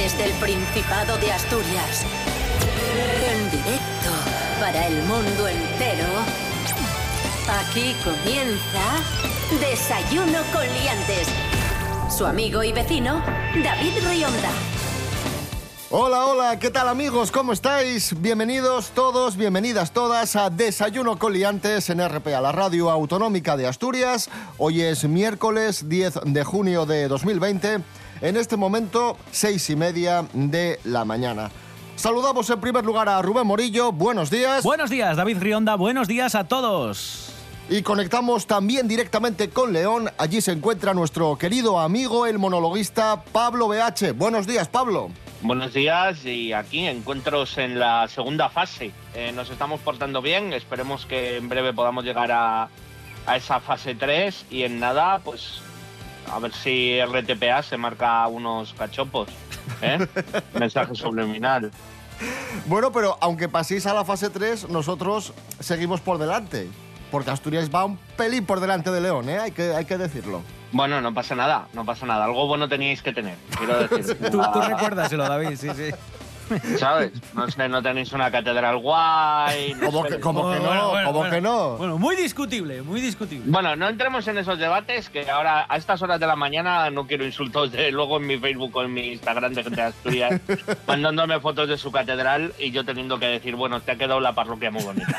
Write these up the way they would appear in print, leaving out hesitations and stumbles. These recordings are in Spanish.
desde el Principado de Asturias. En directo para el mundo entero. Aquí comienza Desayuno con Liantes. Su amigo y vecino, David Rionda. Hola, hola, ¿qué tal amigos? ¿Cómo estáis? Bienvenidos todos, bienvenidas todas a Desayuno con Liantes en RPA, la radio autonómica de Asturias. Hoy es miércoles 10 de junio de 2020, en este momento 6:30 de la mañana. Saludamos en primer lugar a Rubén Morillo, buenos días. Buenos días, David Rionda, buenos días a todos. Y conectamos también directamente con León, allí se encuentra nuestro querido amigo, el monologuista Pablo BH. Buenos días, Pablo. Buenos días, y aquí encuentros en la segunda fase. Nos estamos portando bien, esperemos que en breve podamos llegar a esa fase 3 y en nada, pues a ver si RTPA se marca unos cachopos, mensaje subliminal. Bueno, pero aunque paséis a la fase 3, nosotros seguimos por delante, porque Asturias va un pelín por delante de León, hay que decirlo. Bueno, no pasa nada. Algo bueno teníais que tener, quiero decir. Tú recuérdaselo, David, sí. ¿Sabes? No sé, no tenéis una catedral guay. ¿Cómo que no? Bueno, muy discutible. Bueno, no entremos en esos debates, que ahora a estas horas de la mañana no quiero insultos de luego en mi Facebook o en mi Instagram de gente de Asturias mandándome fotos de su catedral y yo teniendo que decir, bueno, te ha quedado la parroquia muy bonita.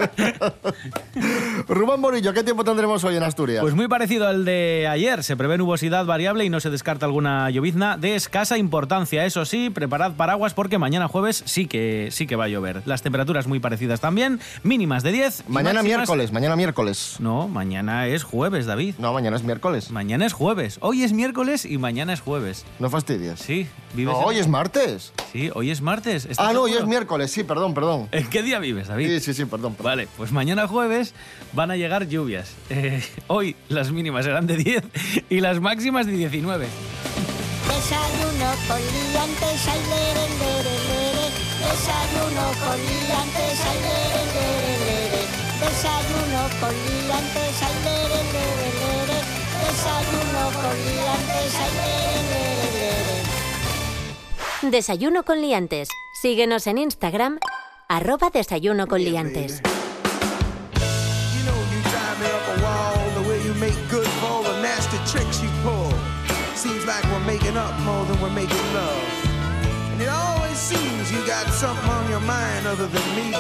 Rubén Morillo, ¿qué tiempo tendremos hoy en Asturias? Pues muy parecido al de ayer. Se prevé nubosidad variable y no se descarta alguna llovizna de escasa importancia. Eso sí, preparad paraguas porque mañana jueves sí que va a llover. Las temperaturas muy parecidas también, mínimas de 10. Mañana máximas... miércoles. No, mañana es jueves, David. No, mañana es miércoles. Mañana es jueves. Hoy es miércoles y mañana es jueves. No fastidies. Sí. No, hoy es martes. Sí, hoy es martes. No, hoy es miércoles, sí, perdón. ¿En qué día vives, David? Sí, perdón. Vale, pues mañana jueves van a llegar lluvias. Hoy las mínimas serán de 10 y las máximas de 19. Desayuno con liantes, ay, lere, lere, lere. Desayuno con liantes, ay, lere, lere, lere. Desayuno con liantes, ay, lere, lere, lere. Desayuno con liantes, ay, lere, lere, lere. Desayuno con Liantes. Síguenos en Instagram, @Desayuno con Liantes. You know you drive me up a wall, the way you make good for all the nasty tricks you pull. Seems like we're making up more than we're making love. And it always seems you got something on your mind other than me.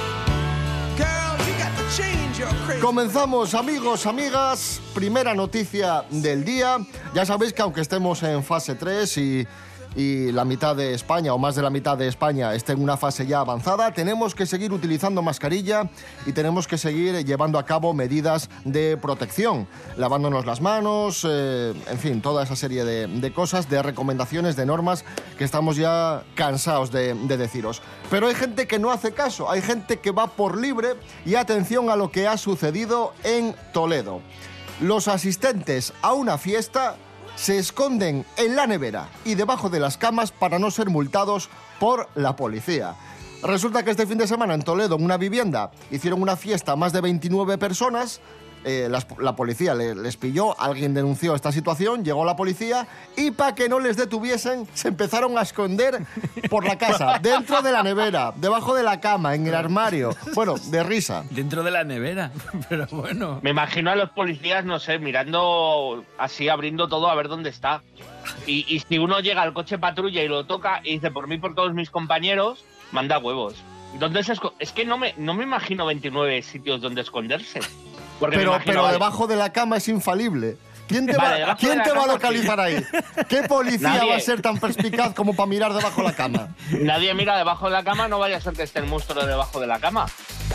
Girl, you got to change your crazy... Comenzamos, amigos, amigas. Primera noticia del día. Ya sabéis que aunque estemos en fase 3 y la mitad de España, o más de la mitad de España, esté en una fase ya avanzada, tenemos que seguir utilizando mascarilla y tenemos que seguir llevando a cabo medidas de protección, lavándonos las manos, en fin, toda esa serie de cosas, de recomendaciones, de normas que estamos ya cansados de deciros. Pero hay gente que no hace caso, hay gente que va por libre y atención a lo que ha sucedido en Toledo. Los asistentes a una fiesta se esconden en la nevera y debajo de las camas para no ser multados por la policía. Resulta que este fin de semana en Toledo, en una vivienda, hicieron una fiesta a más de 29 personas. La policía les pilló, alguien denunció esta situación, llegó la policía y para que no les detuviesen se empezaron a esconder por la casa, dentro de la nevera, debajo de la cama, en el armario. Bueno, de risa. Dentro de la nevera, pero bueno. Me imagino a los policías, no sé, mirando así, abriendo todo a ver dónde está. Y si uno llega al coche patrulla y lo toca y dice, por mí, por todos mis compañeros, manda huevos. Entonces es que no me imagino 29 sitios donde esconderse. Pero debajo de la cama es infalible. ¿Quién te va a localizar ahí? ¿Qué policía va a ser tan perspicaz como para mirar debajo de la cama? Nadie mira debajo de la cama, no vaya a ser que esté el monstruo debajo de la cama.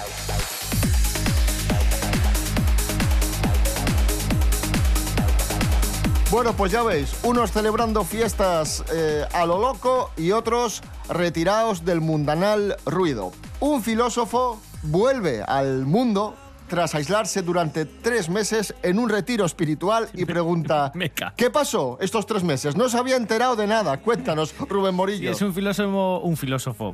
Bueno, pues ya veis, unos celebrando fiestas a lo loco y otros retirados del mundanal ruido. Un filósofo vuelve al mundo tras aislarse durante 3 meses en un retiro espiritual y pregunta, ¿qué pasó estos 3 meses? No se había enterado de nada. Cuéntanos, Rubén Morillo. Sí, es un filósofo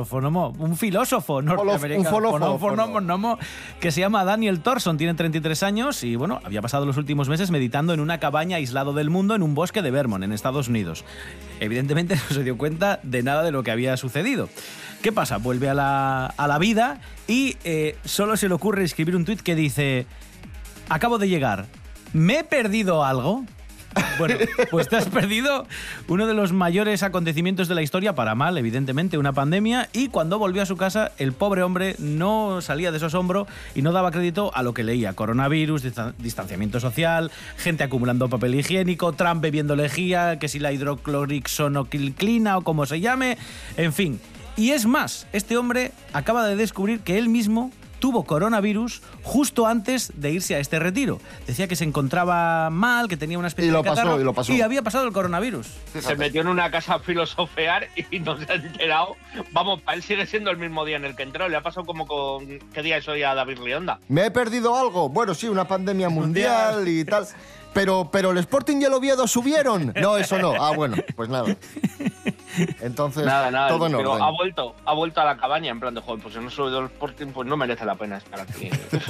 norteamericano que se llama Daniel Thorson, tiene 33 años y, bueno, había pasado los últimos meses meditando en una cabaña aislado del mundo en un bosque de Vermont, en Estados Unidos. Evidentemente no se dio cuenta de nada de lo que había sucedido. ¿Qué pasa? Vuelve a la vida y solo se le ocurre escribir un tuit que dice: acabo de llegar, ¿me he perdido algo? Bueno, pues te has perdido uno de los mayores acontecimientos de la historia, para mal, evidentemente, una pandemia, y cuando volvió a su casa, el pobre hombre no salía de su asombro y no daba crédito a lo que leía: coronavirus, distanciamiento social, gente acumulando papel higiénico, Trump bebiendo lejía, que si la hidroclorixonoclina o como se llame, en fin. Y es más, este hombre acaba de descubrir que él mismo tuvo coronavirus justo antes de irse a este retiro. Decía que se encontraba mal, que tenía una especie de catarro, y lo pasó. Y había pasado el coronavirus. Se metió en una casa a filosofear y no se ha enterado. Vamos, para él sigue siendo el mismo día en el que entró. Le ha pasado como con... ¿Qué día es hoy a David Rionda? ¿Me he perdido algo? Bueno, sí, una pandemia mundial y tal. Pero el Sporting y el Oviedo subieron. No, eso no. Ah, bueno, pues nada. Entonces, nada, todo en pero orden. ha vuelto a la cabaña en plan de joder, pues si no he subido el Sporting, pues no merece la pena estar aquí.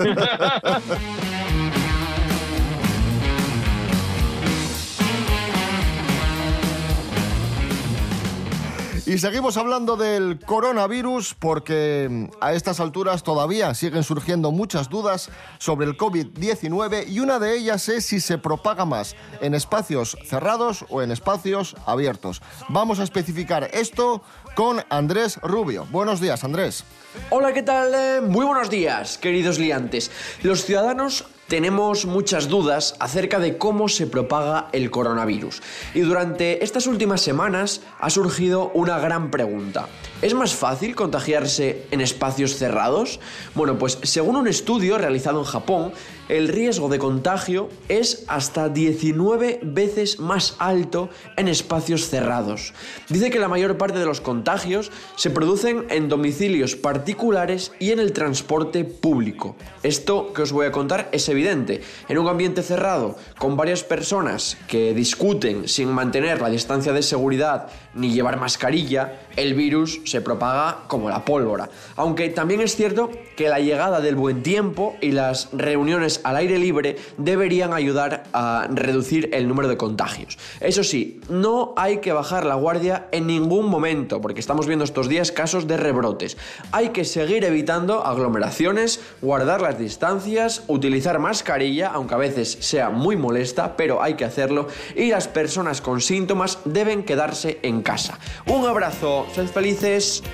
Y seguimos hablando del coronavirus porque a estas alturas todavía siguen surgiendo muchas dudas sobre el COVID-19 y una de ellas es si se propaga más en espacios cerrados o en espacios abiertos. Vamos a especificar esto con Andrés Rubio. Buenos días, Andrés. Hola, ¿qué tal? Muy buenos días, queridos liantes. Los ciudadanos tenemos muchas dudas acerca de cómo se propaga el coronavirus. Y durante estas últimas semanas ha surgido una gran pregunta. ¿Es más fácil contagiarse en espacios cerrados? Bueno, pues según un estudio realizado en Japón, el riesgo de contagio es hasta 19 veces más alto en espacios cerrados. Dice que la mayor parte de los contagios se producen en domicilios particulares y en el transporte público. Esto que os voy a contar es evidente. En un ambiente cerrado, con varias personas que discuten sin mantener la distancia de seguridad ni llevar mascarilla, el virus se propaga como la pólvora. Aunque también es cierto que la llegada del buen tiempo y las reuniones al aire libre deberían ayudar a reducir el número de contagios. Eso sí, no hay que bajar la guardia en ningún momento, porque estamos viendo estos días casos de rebrotes. Hay que seguir evitando aglomeraciones, guardar las distancias, utilizar mascarilla, aunque a veces sea muy molesta, pero hay que hacerlo, y las personas con síntomas deben quedarse en casa. Un abrazo, sed felices.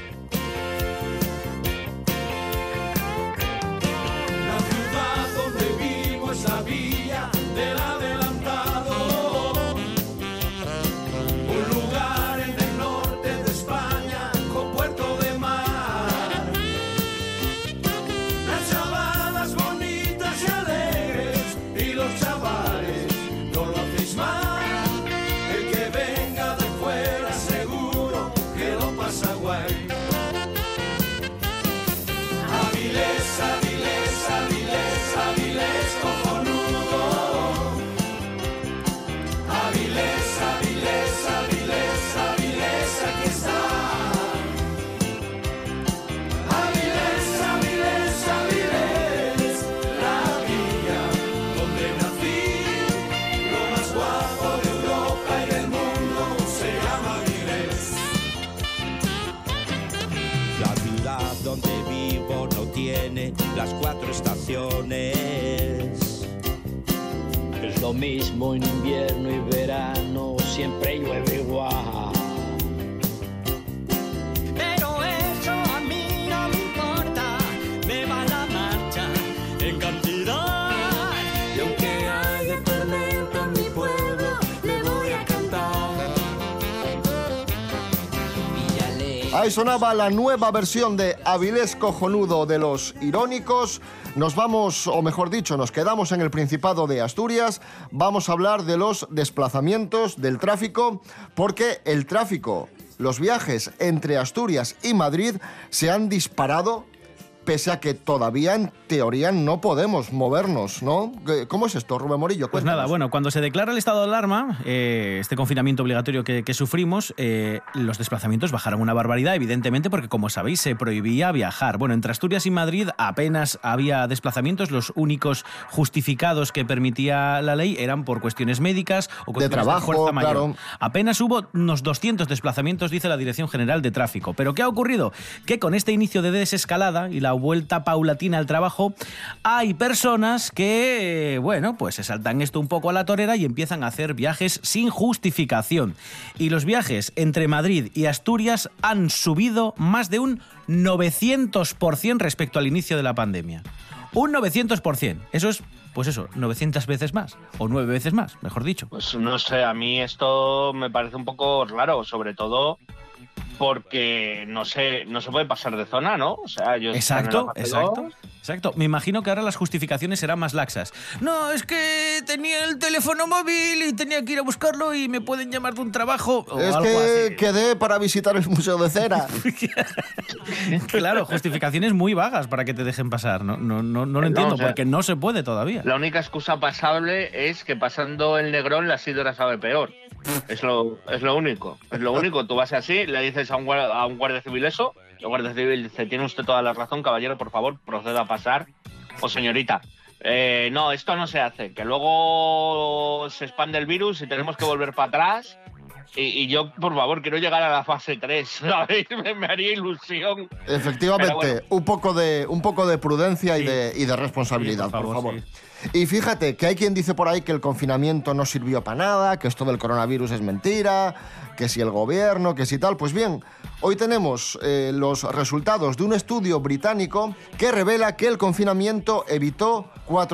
Las 4 estaciones. Es lo mismo en invierno y verano, siempre llueve igual. Pero eso a mí no me importa, me va la marcha en cantidad. Y aunque haya tormenta en mi pueblo, le voy a cantar. Ahí sonaba la nueva versión de Avilés Cojonudo de Los Irónicos. Nos vamos, o mejor dicho, nos quedamos en el Principado de Asturias. Vamos a hablar de los desplazamientos, del tráfico, porque el tráfico, los viajes entre Asturias y Madrid se han disparado, pese a que todavía en teoría no podemos movernos, ¿no? ¿Cómo es esto, Rubén Morillo? Pues Cuéntanos. nada, bueno, cuando se declara el estado de alarma, este confinamiento obligatorio que sufrimos, los desplazamientos bajaron una barbaridad, evidentemente, porque como sabéis se prohibía viajar. Bueno, entre Asturias y Madrid apenas había desplazamientos, los únicos justificados que permitía la ley eran por cuestiones médicas o cuestiones de trabajo, fuerza mayor. claro. Apenas hubo unos 200 desplazamientos, dice la Dirección General de Tráfico. ¿Pero qué ha ocurrido? Que con este inicio de desescalada y la vuelta paulatina al trabajo, hay personas que, bueno, pues se saltan esto un poco a la torera y empiezan a hacer viajes sin justificación. Y los viajes entre Madrid y Asturias han subido más de un 900% respecto al inicio de la pandemia. Un 900%. Eso es, pues eso, 900 veces más. O 9 veces más, mejor dicho. Pues no sé, a mí esto me parece un poco raro, sobre todo porque no se puede pasar de zona, ¿no? O sea, ellos Exacto. Me imagino que ahora las justificaciones serán más laxas. No, es que tenía el teléfono móvil y tenía que ir a buscarlo y me pueden llamar de un trabajo o Es algo que así. quedé para visitar el Museo de Cera. Claro, justificaciones muy vagas para que te dejen pasar. No lo entiendo, o sea, porque no se puede todavía. La única excusa pasable es que pasando el Negrón la sidra sabe peor. Es lo único. Es lo único. Tú vas así, le dices a un guardia civil eso, el guardia civil dice: tiene usted toda la razón, caballero, por favor, proceda a pasar. O señorita, no, esto no se hace, que luego se expande el virus y tenemos que volver para atrás. Y yo, por favor, quiero llegar a la fase 3, ¿sabéis? Me haría ilusión. Efectivamente, Pero bueno. un poco de prudencia Sí. y de responsabilidad, Sí, por favor, sí. Y fíjate que hay quien dice por ahí que el confinamiento no sirvió para nada, que esto del coronavirus es mentira, que si el gobierno, que si tal. Pues bien, hoy tenemos los resultados de un estudio británico que revela que el confinamiento evitó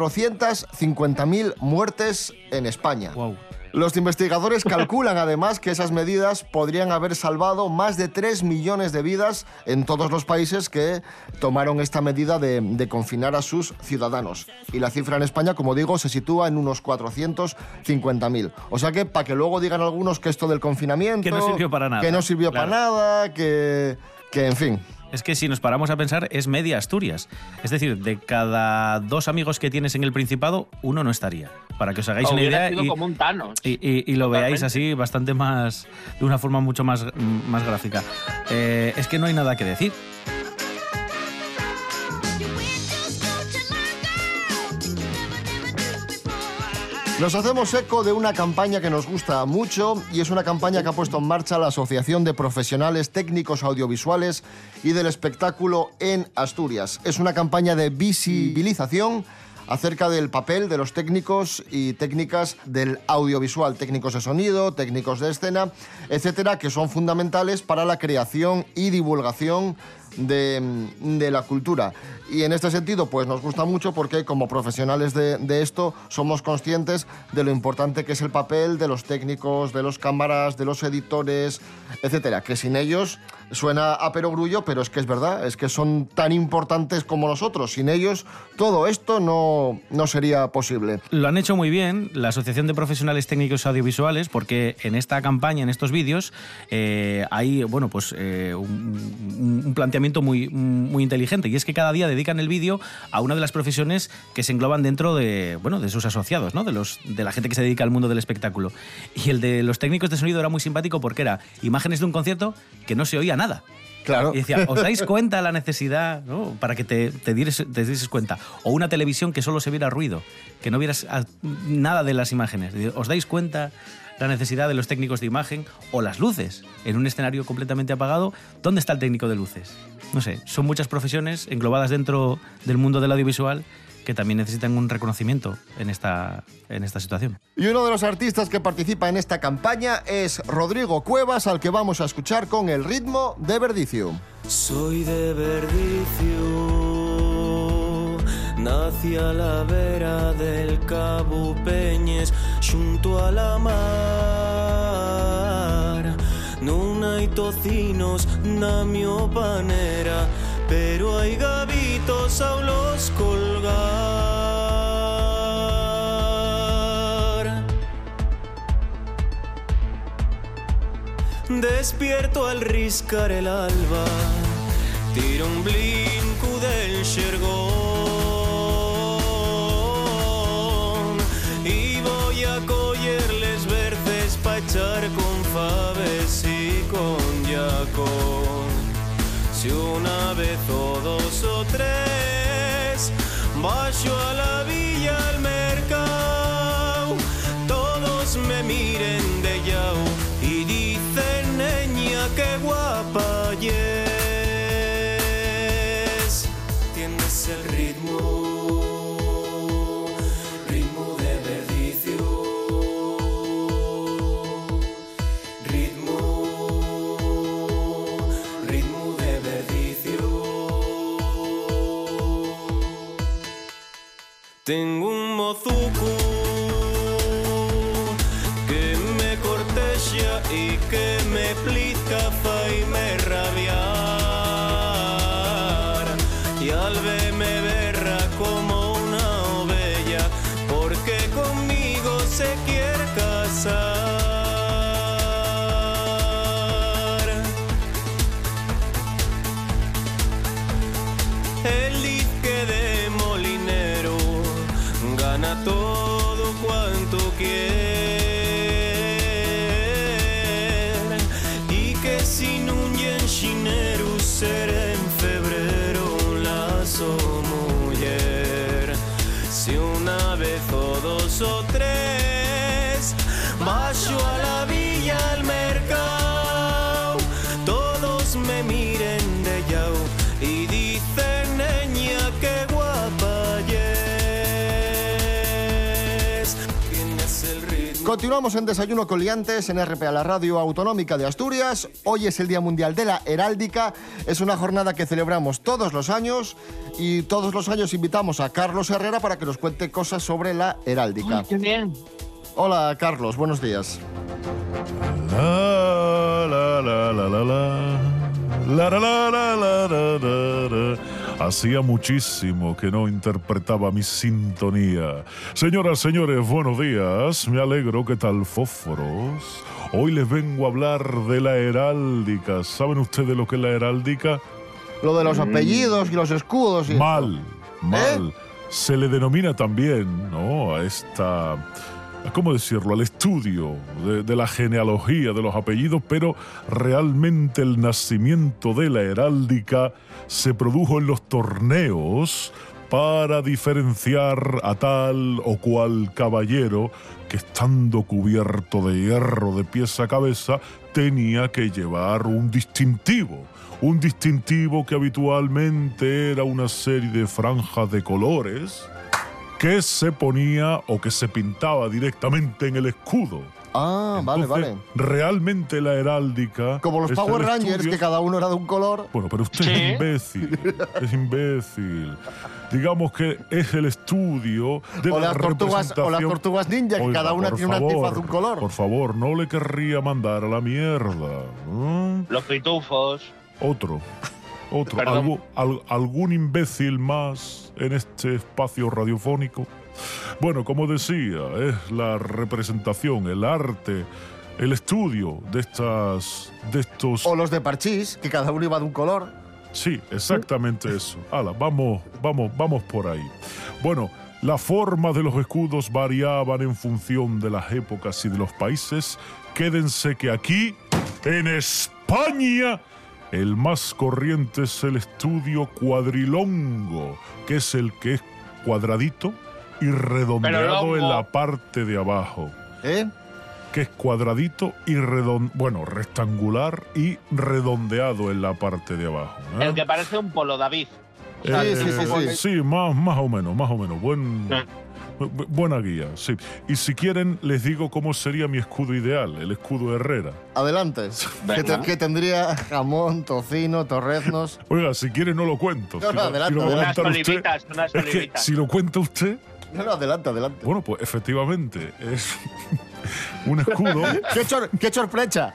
450.000 muertes en España. Wow. Los investigadores calculan además que esas medidas podrían haber salvado más de 3 millones de vidas en todos los países que tomaron esta medida de confinar a sus ciudadanos. Y la cifra en España, como digo, se sitúa en unos 450.000. O sea que, para que luego digan algunos que esto del confinamiento... Que no sirvió para nada. Que no sirvió Claro. para nada, que en fin... Es que si nos paramos a pensar, es media Asturias. Es decir, de cada 2 amigos que tienes en el Principado, uno no estaría. Para que os hagáis una Hubiera idea sido como un Thanos. y lo veáis Totalmente. así bastante más, de una forma mucho más gráfica. Es que no hay nada que decir. Nos hacemos eco de una campaña que nos gusta mucho y es una campaña que ha puesto en marcha la Asociación de Profesionales Técnicos Audiovisuales y del Espectáculo en Asturias. Es una campaña de visibilización acerca del papel de los técnicos y técnicas del audiovisual, técnicos de sonido, técnicos de escena, etcétera, que son fundamentales para la creación y divulgación de la cultura. Y en este sentido, pues nos gusta mucho porque como profesionales de esto somos conscientes de lo importante que es el papel de los técnicos, de los cámaras, de los editores, etcétera, que sin ellos suena a perogrullo, pero es que es verdad, es que son tan importantes como nosotros. Sin ellos todo esto no sería posible. Lo han hecho muy bien la Asociación de Profesionales Técnicos Audiovisuales, porque en esta campaña, en estos vídeos, hay bueno, pues, un planteamiento muy inteligente, y es que cada día dedican el vídeo a una de las profesiones que se engloban dentro de, bueno, de sus asociados, ¿no? de la gente que se dedica al mundo del espectáculo. Y el de los técnicos de sonido era muy simpático porque era imágenes de un concierto que no se oía nada. Claro. Y decía, ¿os dais cuenta la necesidad, ¿no? Para que te dieses cuenta? O una televisión que solo se viera ruido, que no vieras nada de las imágenes. ¿Os dais cuenta la necesidad de los técnicos de imagen? O las luces. En un escenario completamente apagado, ¿dónde está el técnico de luces? No sé, son muchas profesiones englobadas dentro del mundo del audiovisual que también necesitan un reconocimiento en esta situación. Y uno de los artistas que participa en esta campaña es Rodrigo Cuevas, al que vamos a escuchar con El ritmo de Verdicio. Soy de Verdicio, nací a la vera del Cabo Peñes, xunto a la mar. Non hai tocinos na mio panera, pero hay gavitos a los colgar. Despierto al riscar el alba, tiro un blinco del xergón y voy a collerles verdes pa' echar con faves y con yacón. Si una vez o dos o tres bajo a la villa al mercado, todos me miren de yao y dicen, neña, qué guapa yes. Tienes el ritmo de verdicio, ritmo de verdicio. Tengo un mozuco que me cortesia y que me plica y me rabiar, y al verme berra como una ovella porque conmigo se quiere casar. El dique de molinero gana todo cuanto quiere, y que sin un yenchinero será en febrero la mujer. Si una vez o dos o tres bajo a la villa al mercado, todos me miren de yao y dicen, neña, qué guapa yes. Tienes el ritmo. Continuamos en Desayuno con Liantes en RPA, la radio autonómica de Asturias. Hoy es el Día Mundial de la Heráldica. Es una jornada que celebramos todos los años y todos los años invitamos a Carlos Herrera para que nos cuente cosas sobre la heráldica. Ay, qué bien. Hola, Carlos, buenos días. La, la, la, la, la, la. La, la, la, la, la, la, la. Hacía muchísimo que no interpretaba mi sintonía. Señoras, señores, buenos días. Me alegro. ¿Qué tal, fósforos? Hoy les vengo a hablar de la heráldica. ¿Saben ustedes lo que es la heráldica? Lo de los apellidos y los escudos. Y Mal. Se le denomina también, ¿no?, a esta... ¿cómo decirlo?, al estudio de la genealogía de los apellidos, pero realmente el nacimiento de la heráldica se produjo en los torneos para diferenciar a tal o cual caballero que, estando cubierto de hierro de pies a cabeza, tenía que llevar un distintivo que habitualmente era una serie de franjas de colores que se ponía o que se pintaba directamente en el escudo. Ah, Entonces, vale. realmente la heráldica... Como los es Power el Rangers, estudio... que cada uno era de un color. Bueno, pero usted Sí. es imbécil. Digamos que es el estudio de O la las tortugas ninja, que Oiga, cada una por tiene un favor, antifaz de un color. Por favor, no le querría mandar a la mierda. Los pitufos. Otro. Perdón. Algún imbécil más en este espacio radiofónico. Bueno, como decía, es la representación, el arte, el estudio de estos... O los de parchís, que cada uno iba de un color. Sí, exactamente eso. Hala, vamos por ahí. Bueno, la forma de los escudos variaban en función de las épocas y de los países. Quédense que aquí, en España, el más corriente es el estudio cuadrilongo, que es el que es cuadradito y redondeado en la parte de abajo. ¿Eh? Que es cuadradito y rectangular y redondeado en la parte de abajo, ¿eh? El que parece un polo, David. Sí. Sí, más o menos. Buena guía, sí. Y si quieren, les digo cómo sería mi escudo ideal, el escudo Herrera. Adelante. Venga. Que tendría jamón, tocino, torreznos. Oiga, si quiere no lo cuento. No, adelante, lo va a Unas contar usted, olivitas, unas es que olivitas. si lo cuenta usted, No, adelante. bueno, pues efectivamente es un escudo. ¿Qué sorpresa?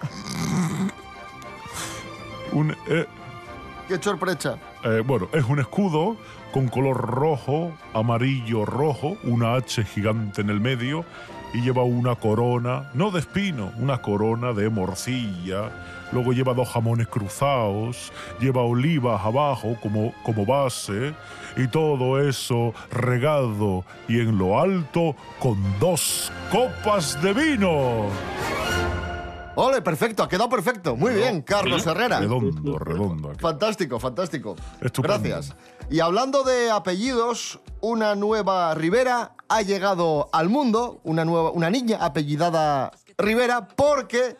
¿Qué sorpresa? Bueno, es un escudo con color rojo, amarillo, rojo, una H gigante en el medio y lleva una corona, no de espino, una corona de morcilla. Luego lleva 2 jamones cruzados, lleva olivas abajo como base, y todo eso regado y en lo alto con 2 copas de vino. Ole, perfecto, ha quedado perfecto. Muy bien, Carlos Herrera. Redondo. Fantástico, fantástico. Estupendo. Gracias. Y hablando de apellidos, una nueva Rivera ha llegado al mundo, una niña apellidada Rivera, porque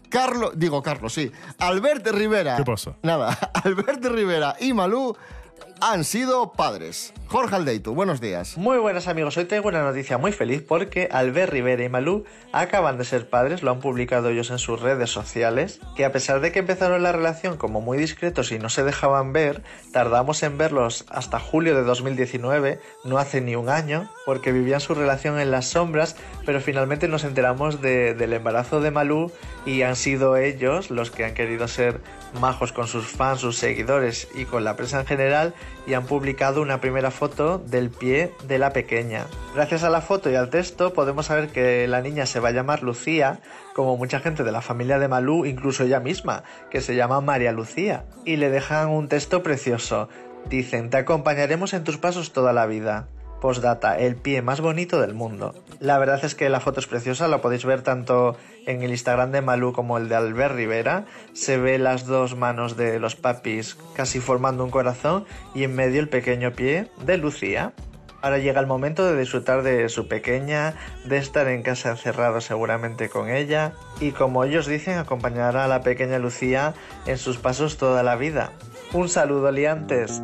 Albert Rivera. ¿Qué pasa? Nada, Albert Rivera y Malú han sido padres. Jorge Aldeitu, buenos días. Muy buenas amigos, hoy tengo una noticia muy feliz porque Albert Rivera y Malú acaban de ser padres, lo han publicado ellos en sus redes sociales, que a pesar de que empezaron la relación como muy discretos y no se dejaban ver, tardamos en verlos hasta julio de 2019, no hace ni un año, porque vivían su relación en las sombras, pero finalmente nos enteramos del embarazo de Malú y han sido ellos los que han querido ser majos con sus fans, sus seguidores y con la prensa en general, y han publicado una primera foto del pie de la pequeña. Gracias a la foto y al texto podemos saber que la niña se va a llamar Lucía, como mucha gente de la familia de Malú, incluso ella misma, que se llama María Lucía, y le dejan un texto precioso. Dicen: te acompañaremos en tus pasos toda la vida. Postdata, el pie más bonito del mundo. La verdad es que la foto es preciosa, la podéis ver tanto en el Instagram de Malú como el de Albert Rivera. Se ve las 2 manos de los papis casi formando un corazón y en medio el pequeño pie de Lucía. Ahora llega el momento de disfrutar de su pequeña, de estar en casa encerrado seguramente con ella y, como ellos dicen, acompañar a la pequeña Lucía en sus pasos toda la vida. Un saludo, liantes.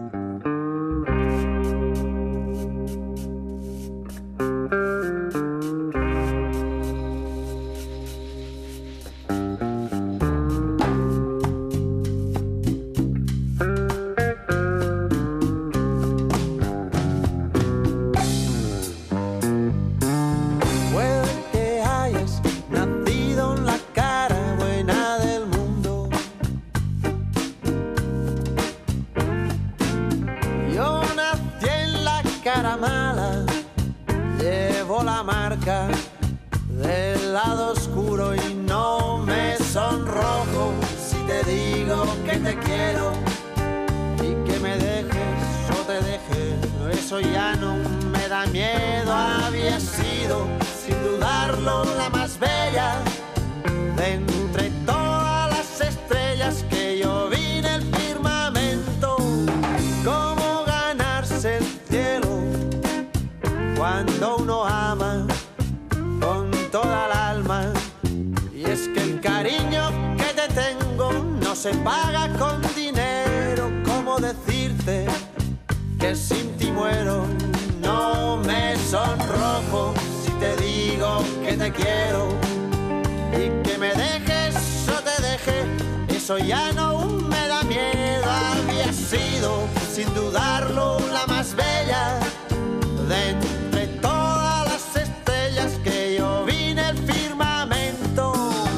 Del lado oscuro y no me sonrojo si te digo que te quiero y que me dejes o te deje. Eso ya no me da miedo. Había sido sin dudarlo la más bella de entre todas las estrellas que yo vi en el firmamento. Cómo ganarse el cielo cuando uno ama con toda el alma. Y es que el cariño que te tengo no se paga con dinero. ¿Cómo decirte que sin ti muero? No me sonrojo si te digo que te quiero y que me dejes o te deje. Eso ya no me da miedo. Había sido sin dudarlo la más bella de entre todas las estrellas que yo vi en el firmamento.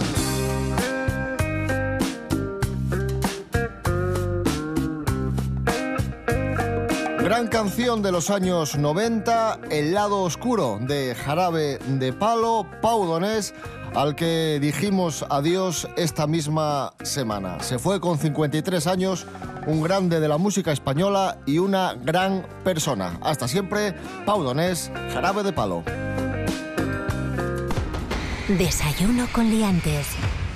Gran canción de los años 90, El lado oscuro de Jarabe de Palo, Pau Donés, al que dijimos adiós esta misma semana. Se fue con 53 años, un grande de la música española y una gran persona. Hasta siempre, Pau Donés, Jarabe de Palo. Desayuno con liantes.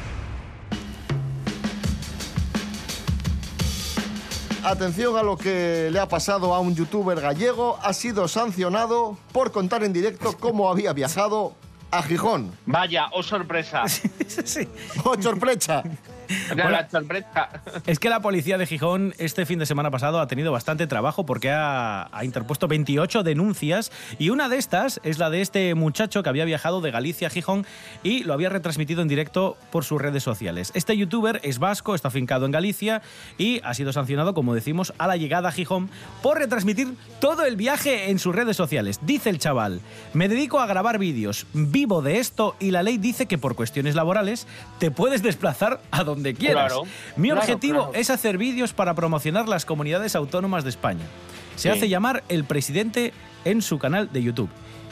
Atención a lo que le ha pasado a un youtuber gallego. Ha sido sancionado por contar en directo cómo había viajado a Gijón. Vaya, oh sorpresa. Sí. ¡Oh, sorpresa! La sorpresa. Es que la policía de Gijón este fin de semana pasado ha tenido bastante trabajo porque ha interpuesto 28 denuncias y una de estas es la de este muchacho que había viajado de Galicia a Gijón y lo había retransmitido en directo por sus redes sociales. Este youtuber es vasco, está afincado en Galicia y ha sido sancionado, como decimos, a la llegada a Gijón por retransmitir todo el viaje en sus redes sociales. Dice el chaval: me dedico a grabar vídeos, vivo de esto y la ley dice que por cuestiones laborales te puedes desplazar a donde quieras. Claro, Mi objetivo claro. es hacer vídeos para promocionar las comunidades autónomas de España. Se Sí. hace llamar El Presidente en su canal de YouTube.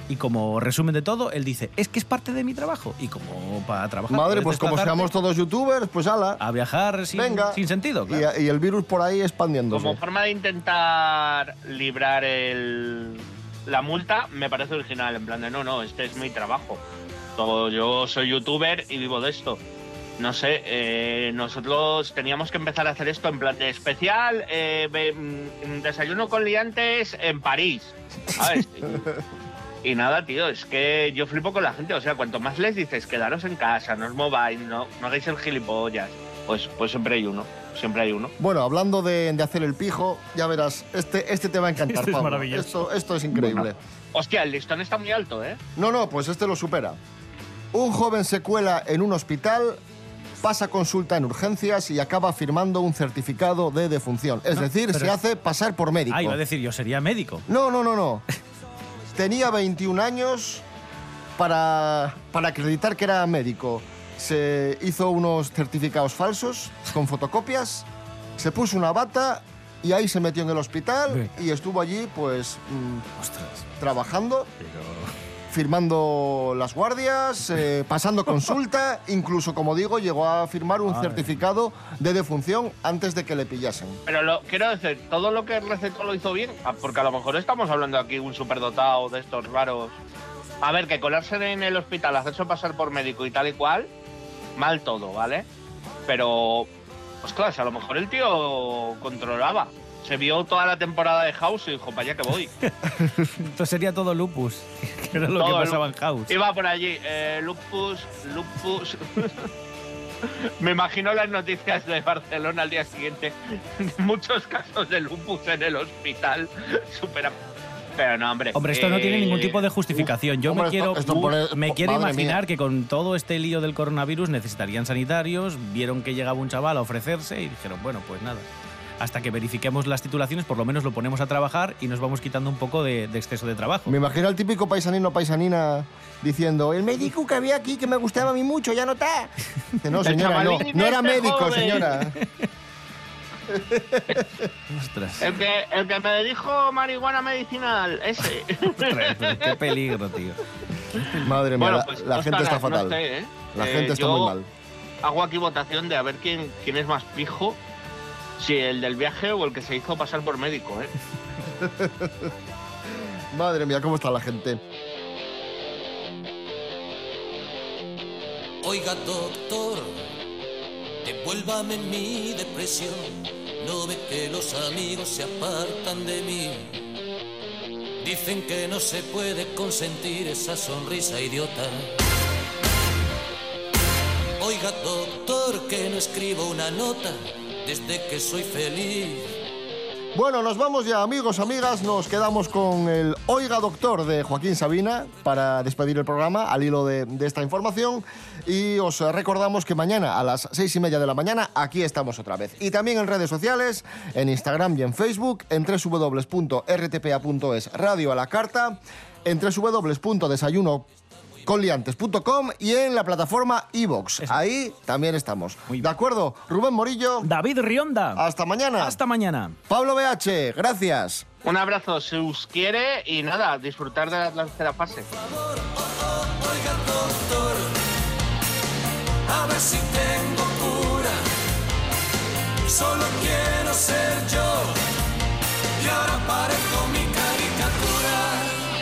y como resumen de todo, él dice, es que es parte de mi trabajo. Y como para trabajar... Madre, puedes pues como desplazarte seamos todos youtubers, pues ala. a viajar sin sentido. Claro. Y el virus por ahí expandiéndose. Como forma de intentar librar la multa, me parece original. En plan de, no, este es mi trabajo. Yo soy youtuber y vivo de esto. No sé, nosotros teníamos que empezar a hacer esto en plan de especial, desayuno con liantes en París, ¿sabes? Y nada, tío, es que yo flipo con la gente. O sea, cuanto más les dices, quedaros en casa, no os mováis, no hagáis el gilipollas, pues siempre hay uno. Bueno, hablando de hacer el pijo, ya verás, este te va a encantar, Este es Pablo. maravilloso. Esto es increíble. Bueno. Hostia, el listón está muy alto, ¿eh? No, pues este lo supera. Un joven se cuela en un hospital, pasa consulta en urgencias y acaba firmando un certificado de defunción. Es decir, se hace pasar por médico. Ah, iba a decir, yo sería médico. No. Tenía 21 años para acreditar que era médico. Se hizo unos certificados falsos con fotocopias, se puso una bata y ahí se metió en el hospital y estuvo allí, pues, trabajando, firmando las guardias, pasando consulta, incluso, como digo, llegó a firmar un certificado de defunción antes de que le pillasen. Pero quiero decir, todo lo que recetó lo hizo bien, porque a lo mejor estamos hablando aquí de un superdotado de estos raros. A ver, que colarse en el hospital, hacerse pasar por médico y tal y cual, mal todo, ¿vale? Pero, pues claro, a lo mejor el tío controlaba. Se vio toda la temporada de House y dijo, para allá que voy. Entonces sería todo lupus, que era lo Todo que pasaba en House. Iba por allí, lupus. Me imagino las noticias de Barcelona al día siguiente. Muchos casos de lupus en el hospital. Pero no, hombre. Hombre, esto no tiene ningún tipo de justificación. Yo Hombre, me quiero madre imaginar mía. que con todo este lío del coronavirus necesitarían sanitarios, vieron que llegaba un chaval a ofrecerse y dijeron, bueno, pues nada. Hasta que verifiquemos las titulaciones, por lo menos lo ponemos a trabajar y nos vamos quitando un poco de exceso de trabajo. Me imagino al típico paisanino o paisanina diciendo, el médico que había aquí que me gustaba a mí mucho, ya no está. Dice, no, señora, no era médico, joven. señora. Ostras. El que me dijo marihuana medicinal, ese. Ostras, qué peligro, tío. Madre mía, Bueno, pues, la gente está fatal. No sé, ¿eh? La gente está yo muy mal. Hago aquí votación de a ver quién es más pijo, si el del viaje o el que se hizo pasar por médico, ¿eh? Madre mía, cómo está la gente. Oiga, doctor, devuélvame mi depresión. No ve que los amigos se apartan de mí. Dicen que no se puede consentir esa sonrisa idiota. Oiga, doctor, que no escribo una nota desde que soy feliz. Bueno, nos vamos ya, amigos, amigas. Nos quedamos con el Oiga Doctor de Joaquín Sabina para despedir el programa al hilo de esta información. Y os recordamos que mañana a las 6:30 de la mañana aquí estamos otra vez. Y también en redes sociales, en Instagram y en Facebook, en www.rtpa.es Radio a la Carta, en www.desayunoconliantes.com y en la plataforma iVoox. Ahí también estamos. ¿De acuerdo? Rubén Morillo. David Rionda. Hasta mañana. Hasta mañana. Pablo BH, gracias. Un abrazo, si os quiere, y nada, disfrutar de la tercera fase. Oiga, doctor, a ver si tengo cura. Solo quiero ser yo y ahora parezco mi caricatura.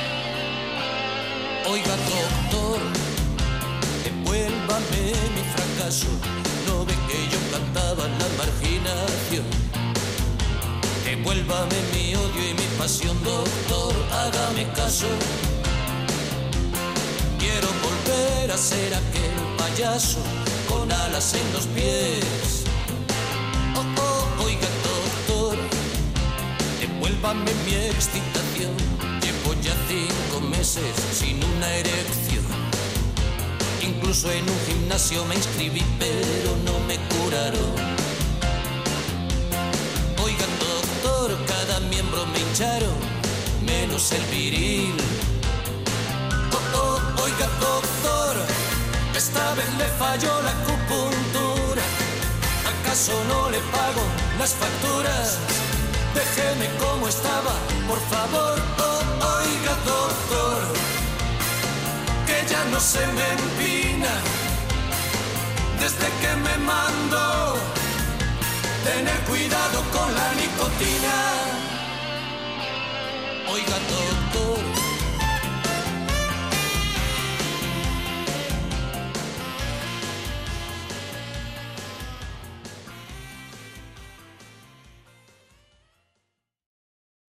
Oiga, doctor, devuélvame mi fracaso. No ve que yo cantaba la marginación. Devuélvame mi odio y mi pasión, doctor, hágame caso. Quiero volver a ser aquel payaso con alas en los pies. Oiga, doctor, devuélvame mi excitación. Llevo ya 5 meses sin una erección. Incluso en un gimnasio me inscribí, pero no me curaron. Oiga, doctor, cada miembro me hincharon, menos el viril. Oiga, doctor, esta vez le falló la acupuntura. ¿Acaso no le pago las facturas? Déjeme como estaba, por favor. Oiga, doctor, ella no se me empina. Desde que me mandó tener cuidado con la nicotina. Oiga, doctor,